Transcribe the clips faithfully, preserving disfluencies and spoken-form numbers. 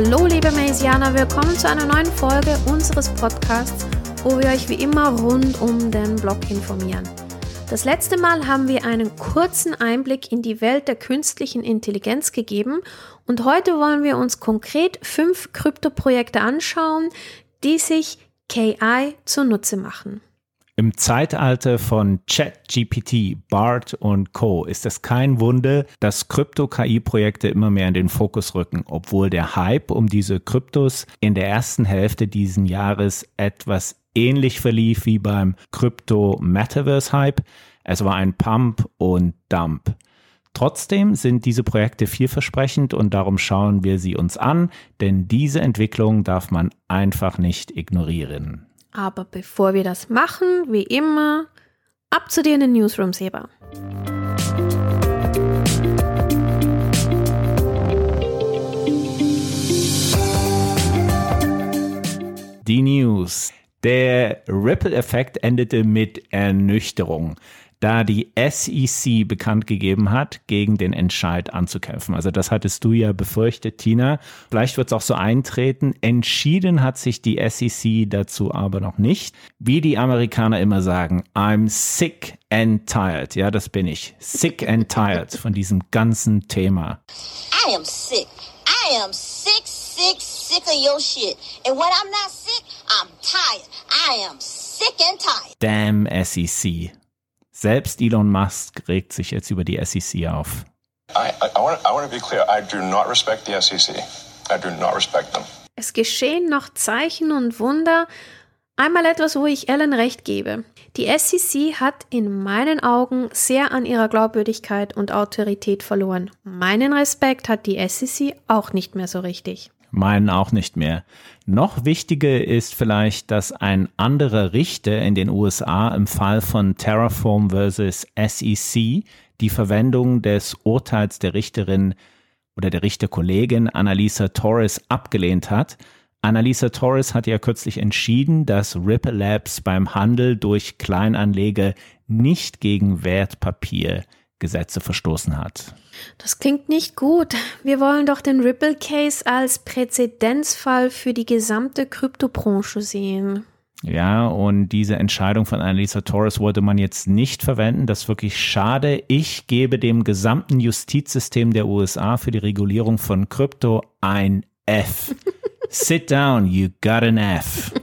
Hallo liebe Maysianer, willkommen zu einer neuen Folge unseres Podcasts, wo wir euch wie immer rund um den Blog informieren. Das letzte Mal haben wir einen kurzen Einblick in die Welt der künstlichen Intelligenz gegeben und heute wollen wir uns konkret fünf Kryptoprojekte anschauen, die sich K I zunutze machen. Im Zeitalter von ChatGPT, Bard und Co. ist es kein Wunder, dass Krypto-K I-Projekte immer mehr in den Fokus rücken, obwohl der Hype um diese Kryptos in der ersten Hälfte diesen Jahres etwas ähnlich verlief wie beim Krypto-Metaverse-Hype. Es war ein Pump und Dump. Trotzdem sind diese Projekte vielversprechend und darum schauen wir sie uns an, denn diese Entwicklung darf man einfach nicht ignorieren. Aber bevor wir das machen, wie immer, ab zu dir in den Newsroom, Seba. Die News. Der Ripple-Effekt endete mit Ernüchterung, da die S E C bekannt gegeben hat, gegen den Entscheid anzukämpfen. Also das hattest du ja befürchtet, Tina. Vielleicht wird es auch so eintreten. Entschieden hat sich die S E C dazu aber noch nicht. Wie die Amerikaner immer sagen, I'm sick and tired. Ja, das bin ich. Sick and tired von diesem ganzen Thema. I am sick. I am sick, sick, sick of your shit. And when I'm not sick, I'm tired. I am sick and tired. Damn S E C. Selbst Elon Musk regt sich jetzt über die S E C auf. I, I, I want I want to be clear. I do not respect the S E C. I do not respect them. Es geschehen noch Zeichen und Wunder. Einmal etwas, wo ich Ellen recht gebe. Die S E C hat in meinen Augen sehr an ihrer Glaubwürdigkeit und Autorität verloren. Meinen Respekt hat die S E C auch nicht mehr so richtig. Meinen auch nicht mehr. Noch wichtiger ist vielleicht, dass ein anderer Richter in den U S A im Fall von Terraform versus S E C die Verwendung des Urteils der Richterin oder der Richterkollegin Annalisa Torres abgelehnt hat. Annalisa Torres hat ja kürzlich entschieden, dass Ripple Labs beim Handel durch Kleinanleger nicht gegen Wertpapiergesetze verstoßen hat. Das klingt nicht gut. Wir wollen doch den Ripple-Case als Präzedenzfall für die gesamte Kryptobranche sehen. Ja, und diese Entscheidung von Annalisa Torres wollte man jetzt nicht verwenden. Das ist wirklich schade. Ich gebe dem gesamten Justizsystem der U S A für die Regulierung von Krypto ein F. Sit down, you got an F.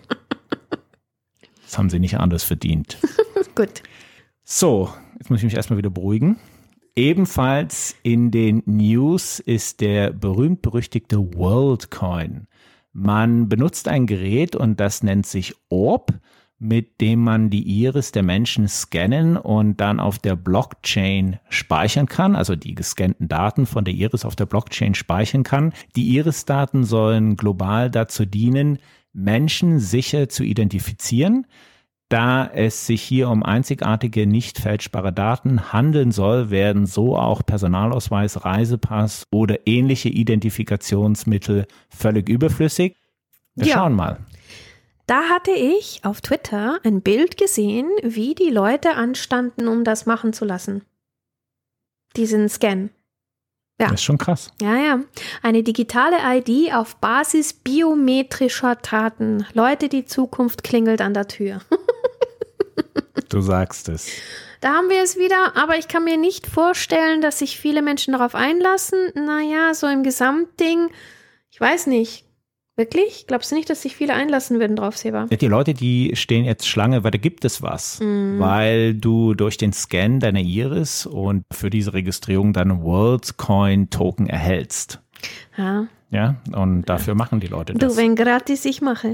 Das haben sie nicht anders verdient. Gut. So, jetzt muss ich mich erstmal wieder beruhigen. Ebenfalls in den News ist der berühmt-berüchtigte WorldCoin. Man benutzt ein Gerät und das nennt sich Orb, mit dem man die Iris der Menschen scannen und dann auf der Blockchain speichern kann, also die gescannten Daten von der Iris auf der Blockchain speichern kann. Die Iris-Daten sollen global dazu dienen, Menschen sicher zu identifizieren. Da es sich hier um einzigartige, nicht fälschbare Daten handeln soll, werden so auch Personalausweis, Reisepass oder ähnliche Identifikationsmittel völlig überflüssig. Wir ja. schauen mal. Da hatte ich auf Twitter ein Bild gesehen, wie die Leute anstanden, um das machen zu lassen. Diesen Scan. Ja. Das ist schon krass. Ja, ja. Eine digitale I D auf Basis biometrischer Daten. Leute, die Zukunft klingelt an der Tür. Du sagst es. Da haben wir es wieder, aber ich kann mir nicht vorstellen, dass sich viele Menschen darauf einlassen. Naja, so im Gesamtding, ich weiß nicht. Wirklich? Glaubst du nicht, dass sich viele einlassen würden drauf, Seba? Ja, die Leute, die stehen jetzt Schlange, weil da gibt es was. Mm. Weil du durch den Scan deiner Iris und für diese Registrierung deinen WorldCoin-Token erhältst. Ja. Ja, und dafür machen die Leute das. Du, wenn gratis, ich mache.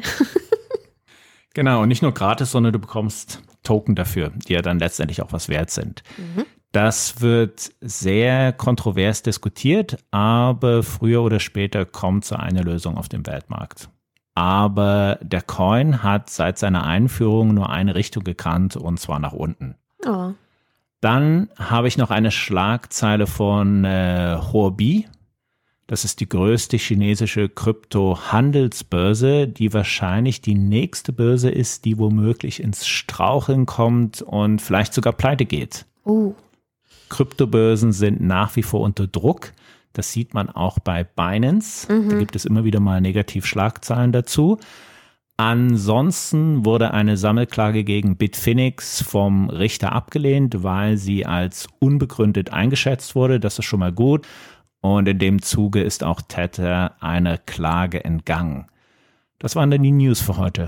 Genau, und nicht nur gratis, sondern du bekommst Token dafür, die ja dann letztendlich auch was wert sind. Mhm. Das wird sehr kontrovers diskutiert, aber früher oder später kommt so eine Lösung auf dem Weltmarkt. Aber der Coin hat seit seiner Einführung nur eine Richtung gekannt, und zwar nach unten. Oh. Dann habe ich noch eine Schlagzeile von äh, Huobi. Das ist die größte chinesische Krypto-Handelsbörse, die wahrscheinlich die nächste Börse ist, die womöglich ins Straucheln kommt und vielleicht sogar pleite geht. Uh. Kryptobörsen sind nach wie vor unter Druck. Das sieht man auch bei Binance. Mhm. Da gibt es immer wieder mal Negativschlagzeilen dazu. Ansonsten wurde eine Sammelklage gegen Bitfinex vom Richter abgelehnt, weil sie als unbegründet eingeschätzt wurde. Das ist schon mal gut. Und in dem Zuge ist auch Tether einer Klage entgangen. Das waren dann die News für heute.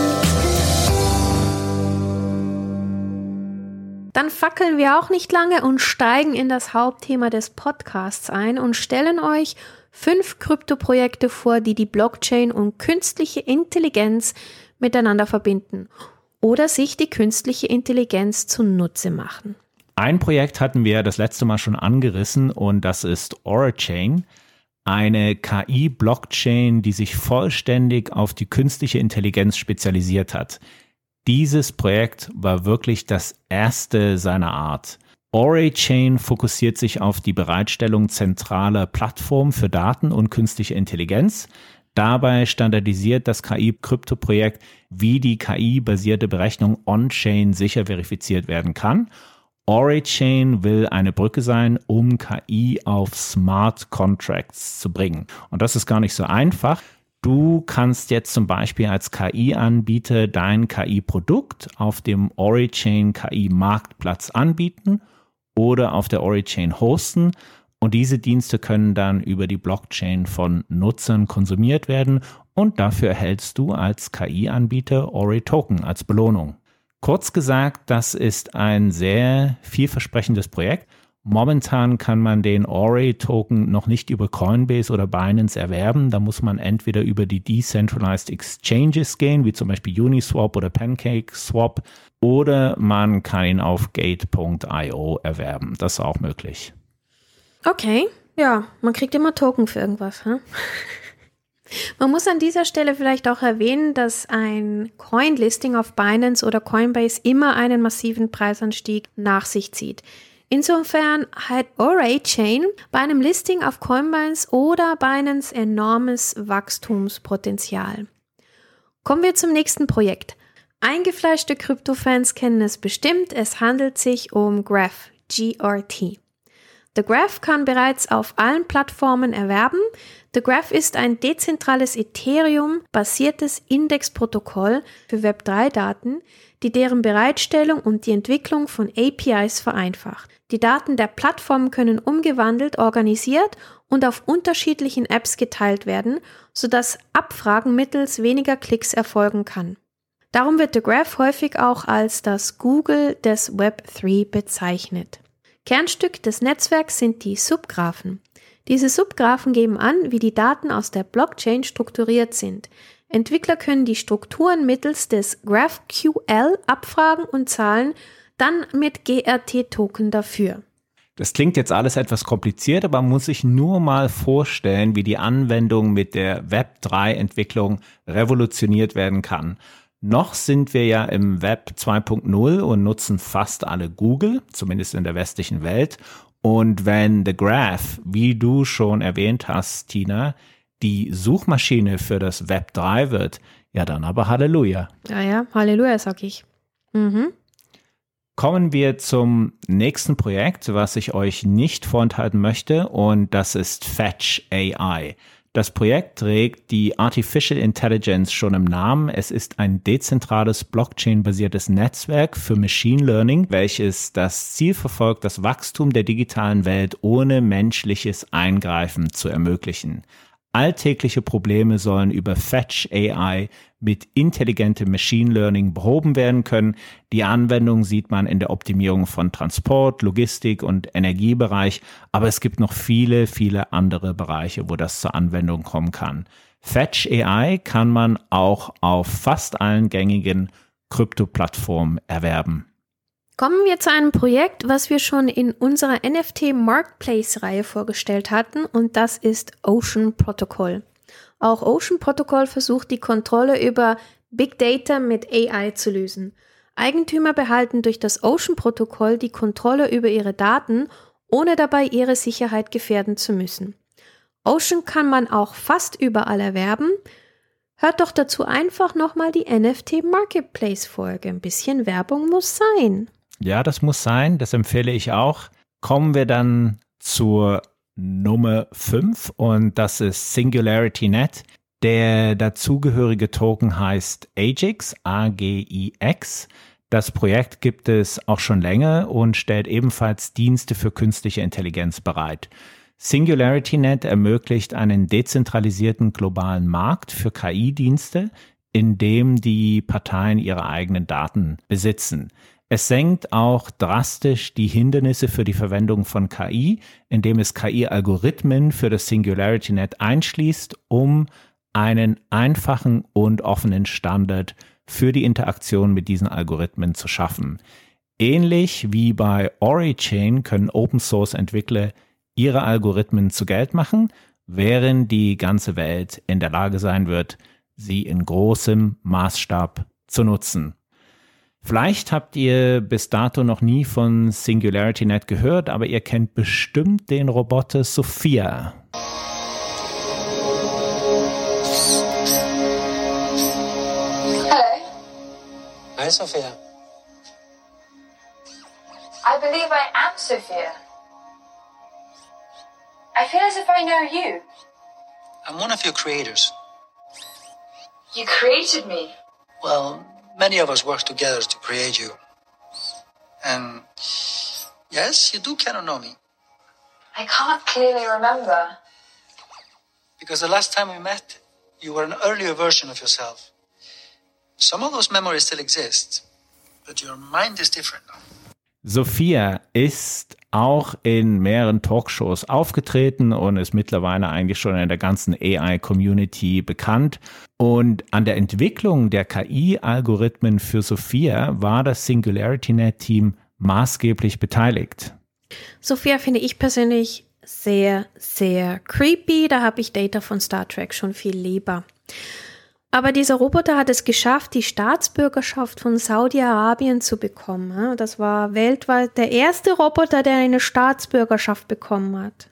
Dann fackeln wir auch nicht lange und steigen in das Hauptthema des Podcasts ein und stellen euch fünf Kryptoprojekte vor, die die Blockchain und künstliche Intelligenz miteinander verbinden oder sich die künstliche Intelligenz zunutze machen. Ein Projekt hatten wir das letzte Mal schon angerissen und das ist Orachain, eine K I-Blockchain, die sich vollständig auf die künstliche Intelligenz spezialisiert hat. Dieses Projekt war wirklich das erste seiner Art. Orachain fokussiert sich auf die Bereitstellung zentraler Plattformen für Daten und künstliche Intelligenz. Dabei standardisiert das K I-Kryptoprojekt, wie die K I-basierte Berechnung on-chain sicher verifiziert werden kann. Orachain will eine Brücke sein, um K I auf Smart Contracts zu bringen. Und das ist gar nicht so einfach. Du kannst jetzt zum Beispiel als K I-Anbieter dein K I-Produkt auf dem Orachain K I-Marktplatz anbieten oder auf der Orachain hosten. Und diese Dienste können dann über die Blockchain von Nutzern konsumiert werden und dafür erhältst du als K I-Anbieter Ora-Token als Belohnung. Kurz gesagt, das ist ein sehr vielversprechendes Projekt. Momentan kann man den Ora-Token noch nicht über Coinbase oder Binance erwerben. Da muss man entweder über die Decentralized Exchanges gehen, wie zum Beispiel Uniswap oder PancakeSwap, oder man kann ihn auf Gate Punkt io erwerben. Das ist auch möglich. Okay, ja, man kriegt immer Token für irgendwas, hm? Man muss an dieser Stelle vielleicht auch erwähnen, dass ein Coin-Listing auf Binance oder Coinbase immer einen massiven Preisanstieg nach sich zieht. Insofern hat Orachain bei einem Listing auf Coinbase oder Binance enormes Wachstumspotenzial. Kommen wir zum nächsten Projekt. Eingefleischte Krypto-Fans kennen es bestimmt, es handelt sich um Graph, G R T. The Graph kann bereits auf allen Plattformen erwerben. The Graph ist ein dezentrales Ethereum-basiertes Indexprotokoll für Web drei Daten, die deren Bereitstellung und die Entwicklung von A P Is vereinfacht. Die Daten der Plattform können umgewandelt, organisiert und auf unterschiedlichen Apps geteilt werden, sodass Abfragen mittels weniger Klicks erfolgen kann. Darum wird The Graph häufig auch als das Google des Web drei bezeichnet. Kernstück des Netzwerks sind die Subgraphen. Diese Subgraphen geben an, wie die Daten aus der Blockchain strukturiert sind. Entwickler können die Strukturen mittels des GraphQL abfragen und zahlen dann mit G R T-Token dafür. Das klingt jetzt alles etwas kompliziert, aber man muss sich nur mal vorstellen, wie die Anwendung mit der Web drei Entwicklung revolutioniert werden kann. Noch sind wir ja im Web zwei Punkt null und nutzen fast alle Google, zumindest in der westlichen Welt. Und wenn The Graph, wie du schon erwähnt hast, Tina, die Suchmaschine für das Web drei wird, ja dann aber Halleluja. Ja, ja, Halleluja, sag ich. Mhm. Kommen wir zum nächsten Projekt, was ich euch nicht vorenthalten möchte, und das ist Fetch A I. Das Projekt trägt die Artificial Intelligence schon im Namen. Es ist ein dezentrales Blockchain-basiertes Netzwerk für Machine Learning, welches das Ziel verfolgt, das Wachstum der digitalen Welt ohne menschliches Eingreifen zu ermöglichen. Alltägliche Probleme sollen über Fetch A I mit intelligentem Machine Learning behoben werden können. Die Anwendung sieht man in der Optimierung von Transport, Logistik und Energiebereich, aber es gibt noch viele, viele andere Bereiche, wo das zur Anwendung kommen kann. Fetch A I kann man auch auf fast allen gängigen Krypto-Plattformen erwerben. Kommen wir zu einem Projekt, was wir schon in unserer N F T Marketplace-Reihe vorgestellt hatten, und das ist Ocean Protocol. Auch Ocean Protocol versucht, die Kontrolle über Big Data mit A I zu lösen. Eigentümer behalten durch das Ocean Protocol die Kontrolle über ihre Daten, ohne dabei ihre Sicherheit gefährden zu müssen. Ocean kann man auch fast überall erwerben. Hört doch dazu einfach nochmal die N F T Marketplace-Folge. Ein bisschen Werbung muss sein. Ja, das muss sein, das empfehle ich auch. Kommen wir dann zur Nummer fünf und das ist SingularityNet. Der dazugehörige Token heißt Agix, A G I X. Das Projekt gibt es auch schon länger und stellt ebenfalls Dienste für künstliche Intelligenz bereit. SingularityNet ermöglicht einen dezentralisierten globalen Markt für K I-Dienste, in dem die Parteien ihre eigenen Daten besitzen. Es senkt auch drastisch die Hindernisse für die Verwendung von K I, indem es K I-Algorithmen für das SingularityNet einschließt, um einen einfachen und offenen Standard für die Interaktion mit diesen Algorithmen zu schaffen. Ähnlich wie bei Orichain können Open-Source-Entwickler ihre Algorithmen zu Geld machen, während die ganze Welt in der Lage sein wird, sie in großem Maßstab zu nutzen. Vielleicht habt ihr bis dato noch nie von SingularityNet gehört, aber ihr kennt bestimmt den Roboter Sophia. Hi, Sophia. I believe I am Sophia. I feel as if I know you. I'm one of your creators. You created me. Well, many of us worked together to create you. And yes, you do kind of know me. I can't clearly remember. Because the last time we met, you were an earlier version of yourself. Some of those memories still exist, but your mind is different now. Sophia ist auch in mehreren Talkshows aufgetreten und ist mittlerweile eigentlich schon in der ganzen A I-Community bekannt. Und an der Entwicklung der K I-Algorithmen für Sophia war das SingularityNet-Team maßgeblich beteiligt. Sophia finde ich persönlich sehr, sehr creepy. Da habe ich Data von Star Trek schon viel lieber. Aber dieser Roboter hat es geschafft, die Staatsbürgerschaft von Saudi-Arabien zu bekommen. Das war weltweit der erste Roboter, der eine Staatsbürgerschaft bekommen hat.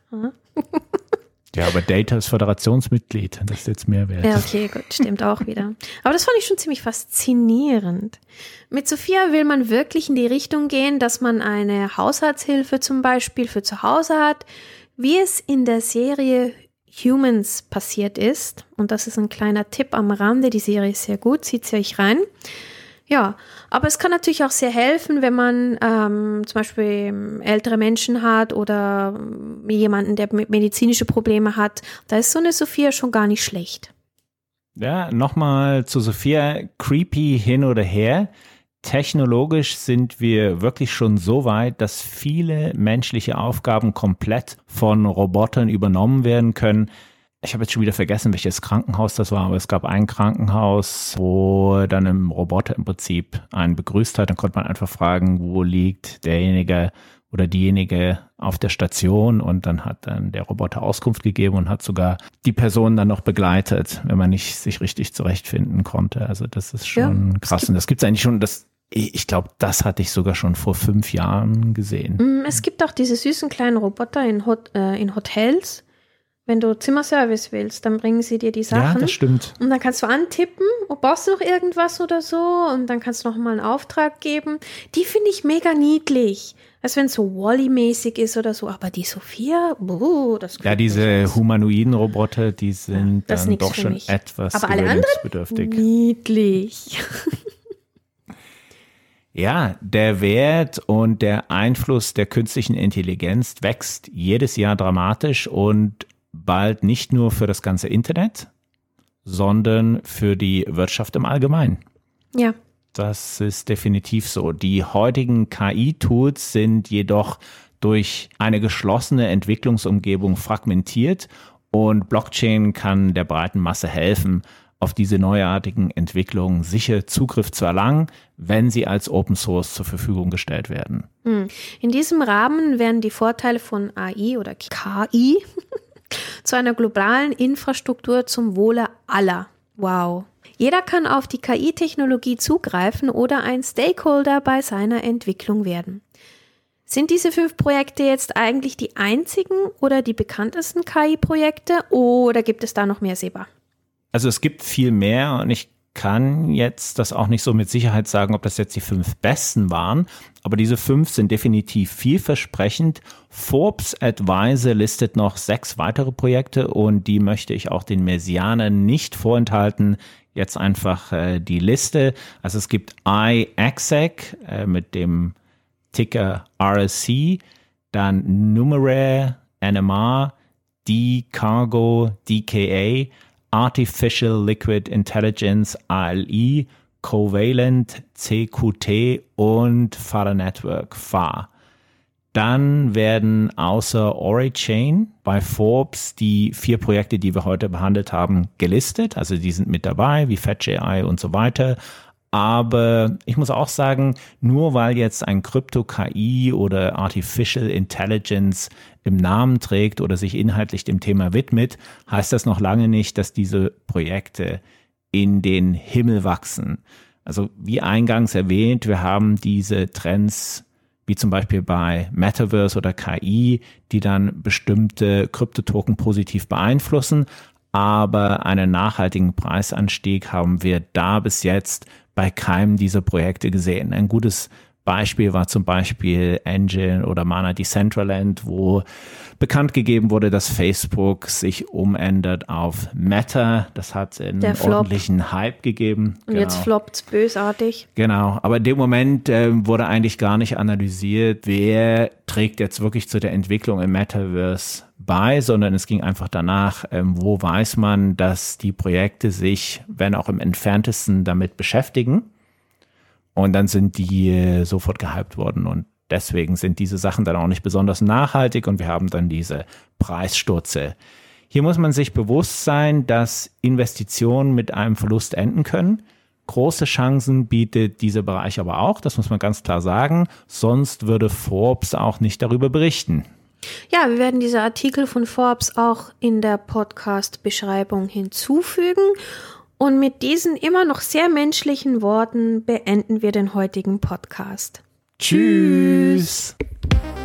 Ja, aber Data ist Föderationsmitglied, das ist jetzt mehr wert. Ja, okay, gut, stimmt auch wieder. Aber das fand ich schon ziemlich faszinierend. Mit Sophia will man wirklich in die Richtung gehen, dass man eine Haushaltshilfe zum Beispiel für zu Hause hat, wie es in der Serie Humans passiert ist. Und das ist ein kleiner Tipp am Rande. Die Serie ist sehr gut, zieht sie euch rein. Ja, aber es kann natürlich auch sehr helfen, wenn man ähm, zum Beispiel ältere Menschen hat oder jemanden, der medizinische Probleme hat. Da ist so eine Sophia schon gar nicht schlecht. Ja, nochmal zu Sophia, creepy hin oder her. Technologisch sind wir wirklich schon so weit, dass viele menschliche Aufgaben komplett von Robotern übernommen werden können. Ich habe jetzt schon wieder vergessen, welches Krankenhaus das war, aber es gab ein Krankenhaus, wo dann ein Roboter im Prinzip einen begrüßt hat. Dann konnte man einfach fragen, wo liegt derjenige oder diejenige auf der Station, und dann hat dann der Roboter Auskunft gegeben und hat sogar die Person dann noch begleitet, wenn man nicht sich richtig zurechtfinden konnte. Also das ist schon ja, krass. Und das gibt es eigentlich schon, das Ich glaube, das hatte ich sogar schon vor fünf Jahren gesehen. Es gibt auch diese süßen kleinen Roboter in, Hot, äh, in Hotels. Wenn du Zimmerservice willst, dann bringen sie dir die Sachen. Ja, das stimmt. Und dann kannst du antippen, oh, brauchst du noch irgendwas oder so? Und dann kannst du noch mal einen Auftrag geben. Die finde ich mega niedlich. Als wenn es so Wall-E-mäßig ist oder so. Aber die Sophia, buh, das Ja, diese humanoiden Roboter, die sind ja, dann doch schon etwas aber alle anderen niedlich. Ja, der Wert und der Einfluss der künstlichen Intelligenz wächst jedes Jahr dramatisch und bald nicht nur für das ganze Internet, sondern für die Wirtschaft im Allgemeinen. Ja. Das ist definitiv so. Die heutigen K I-Tools sind jedoch durch eine geschlossene Entwicklungsumgebung fragmentiert, und Blockchain kann der breiten Masse helfen, auf diese neuartigen Entwicklungen sicher Zugriff zu erlangen, wenn sie als Open Source zur Verfügung gestellt werden. In diesem Rahmen werden die Vorteile von A I oder K I zu einer globalen Infrastruktur zum Wohle aller. Wow. Jeder kann auf die K I-Technologie zugreifen oder ein Stakeholder bei seiner Entwicklung werden. Sind diese fünf Projekte jetzt eigentlich die einzigen oder die bekanntesten K I-Projekte, oder gibt es da noch mehr, Seba? Also es gibt viel mehr, und ich kann jetzt das auch nicht so mit Sicherheit sagen, ob das jetzt die fünf besten waren, aber diese fünf sind definitiv vielversprechend. Forbes Advisor listet noch sechs weitere Projekte und die möchte ich auch den Messianern nicht vorenthalten. Jetzt einfach äh, die Liste. Also es gibt iExec äh, mit dem Ticker R S C, dann Numeraire, N M R, D-Cargo, D K A, Artificial Liquid Intelligence, A L I, Covalent, C Q T und Fada Network, F A. Dann werden außer Orichain bei Forbes die vier Projekte, die wir heute behandelt haben, gelistet. Also die sind mit dabei, wie Fetch A I und so weiter. Aber ich muss auch sagen, nur weil jetzt ein Krypto-K I oder Artificial Intelligence im Namen trägt oder sich inhaltlich dem Thema widmet, heißt das noch lange nicht, dass diese Projekte in den Himmel wachsen. Also wie eingangs erwähnt, wir haben diese Trends wie zum Beispiel bei Metaverse oder K I, die dann bestimmte Kryptotoken positiv beeinflussen, aber einen nachhaltigen Preisanstieg haben wir da bis jetzt bei keinem dieser Projekte gesehen. Ein gutes Beispiel war zum Beispiel Engine oder Mana Decentraland, wo bekannt gegeben wurde, dass Facebook sich umändert auf Meta. Das hat einen ordentlichen Hype gegeben. Und genau. Jetzt floppt's bösartig. Genau, aber in dem Moment äh, wurde eigentlich gar nicht analysiert, wer trägt jetzt wirklich zu der Entwicklung im Metaverse bei, sondern es ging einfach danach, ähm, wo weiß man, dass die Projekte sich, wenn auch im Entferntesten, damit beschäftigen. Und dann sind die äh, sofort gehypt worden und deswegen sind diese Sachen dann auch nicht besonders nachhaltig und wir haben dann diese Preisstürze. Hier muss man sich bewusst sein, dass Investitionen mit einem Verlust enden können. Große Chancen bietet dieser Bereich aber auch, das muss man ganz klar sagen, sonst würde Forbes auch nicht darüber berichten. Ja, wir werden diese Artikel von Forbes auch in der Podcast-Beschreibung hinzufügen. Und mit diesen immer noch sehr menschlichen Worten beenden wir den heutigen Podcast. Tschüss! Tschüss.